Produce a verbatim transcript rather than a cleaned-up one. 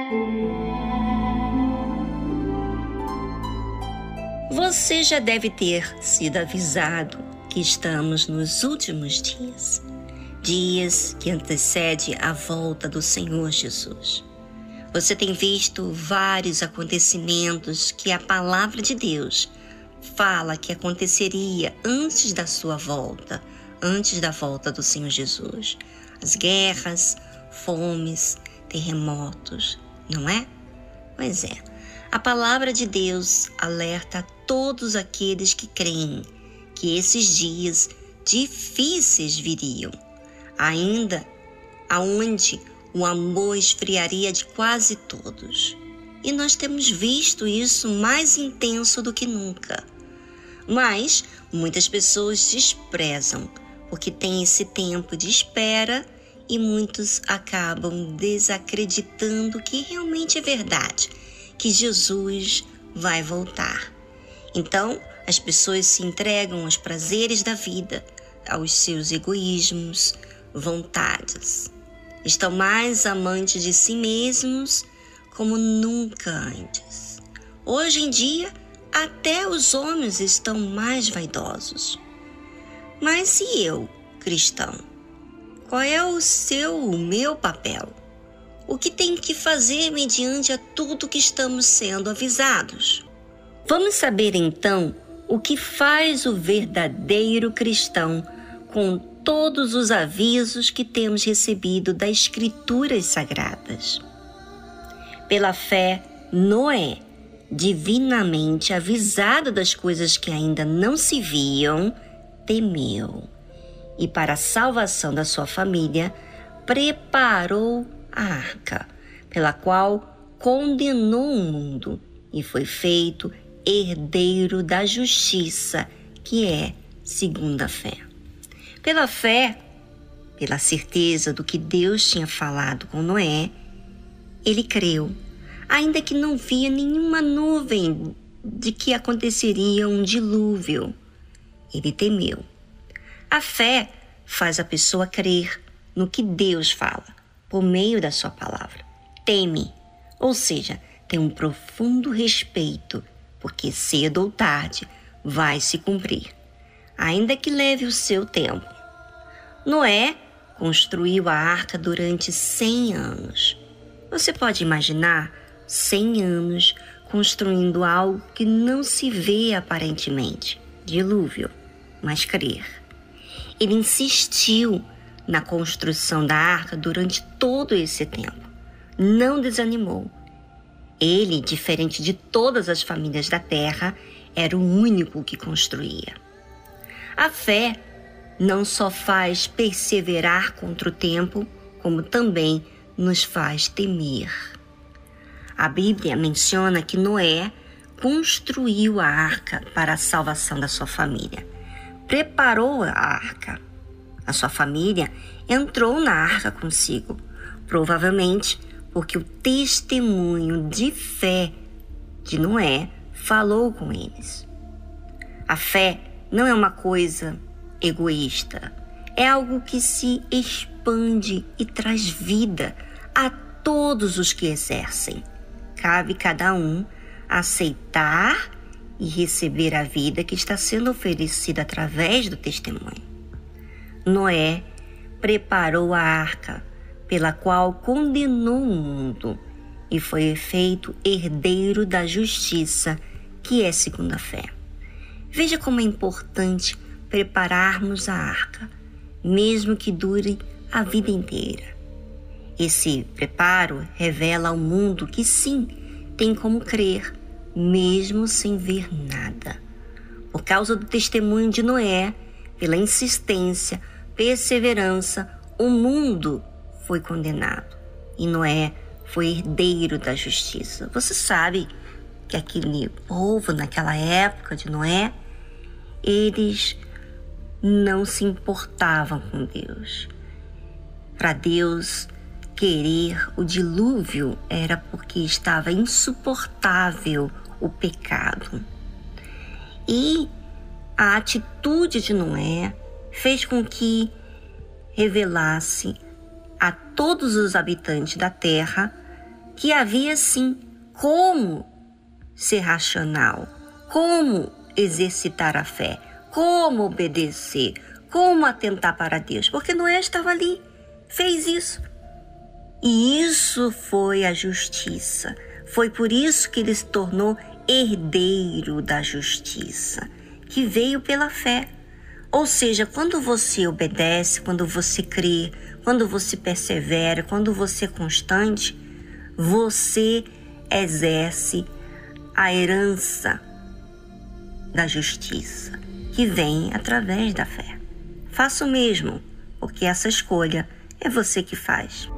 Você já deve ter sido avisado que estamos nos últimos dias, dias que antecedem a volta do Senhor Jesus. Você tem visto vários acontecimentos que a palavra de Deus fala que aconteceria antes da sua volta, antes da volta do Senhor Jesus. As guerras, fomes, terremotos, não é? Pois é. A palavra de Deus alerta a todos aqueles que creem que esses dias difíceis viriam, ainda aonde o amor esfriaria de quase todos. E nós temos visto isso mais intenso do que nunca. Mas muitas pessoas desprezam porque tem esse tempo de espera e muitos acabam desacreditando que realmente é verdade, que Jesus vai voltar. Então, as pessoas se entregam aos prazeres da vida, aos seus egoísmos, vontades. Estão mais amantes de si mesmos como nunca antes. Hoje em dia, até os homens estão mais vaidosos. Mas e eu, cristão? Qual é o seu, o meu papel? O que tem que fazer mediante a tudo que estamos sendo avisados? Vamos saber então o que faz o verdadeiro cristão com todos os avisos que temos recebido das Escrituras Sagradas. Pela fé, Noé, divinamente avisado das coisas que ainda não se viam, temeu e, para a salvação da sua família, preparou a arca, pela qual condenou o mundo e foi feito herdeiro da justiça, que é segundo a fé. Pela fé, pela certeza do que Deus tinha falado com Noé, ele creu, ainda que não via nenhuma nuvem de que aconteceria um dilúvio. Ele temeu. A fé faz a pessoa crer no que Deus fala, por meio da sua palavra. Teme, ou seja, tem um profundo respeito, porque cedo ou tarde vai se cumprir, ainda que leve o seu tempo. Noé construiu a arca durante cem anos. Você pode imaginar cem anos construindo algo que não se vê aparentemente, dilúvio, mas crer. Ele insistiu na construção da arca durante todo esse tempo. Não desanimou. Ele, diferente de todas as famílias da terra, era o único que construía. A fé não só faz perseverar contra o tempo, como também nos faz temer. A Bíblia menciona que Noé construiu a arca para a salvação da sua família. Preparou a arca. A sua família entrou na arca consigo, provavelmente porque o testemunho de fé de Noé falou com eles. A fé não é uma coisa egoísta, é algo que se expande e traz vida a todos os que exercem. Cabe cada um aceitar e receber a vida que está sendo oferecida através do testemunho. Noé preparou a arca, pela qual condenou o mundo e foi feito herdeiro da justiça, que é segundo a fé. Veja como é importante prepararmos a arca, mesmo que dure a vida inteira. Esse preparo revela ao mundo que sim, tem como crer, mesmo sem ver nada. Por causa do testemunho de Noé, pela insistência, perseverança, o mundo foi condenado e Noé foi herdeiro da justiça. Você sabe que aquele povo, naquela época de Noé, eles não se importavam com Deus. Para Deus querer o dilúvio era porque estava insuportável o pecado. E a atitude de Noé fez com que revelasse a todos os habitantes da terra que havia sim como ser racional, como exercitar a fé, como obedecer, como atentar para Deus, porque Noé estava ali, fez isso. E isso foi a justiça. Foi por isso que ele se tornou herdeiro da justiça, que veio pela fé. Ou seja, quando você obedece, quando você crê, quando você persevera, quando você é constante, você exerce a herança da justiça, que vem através da fé. Faça o mesmo, porque essa escolha é você que faz.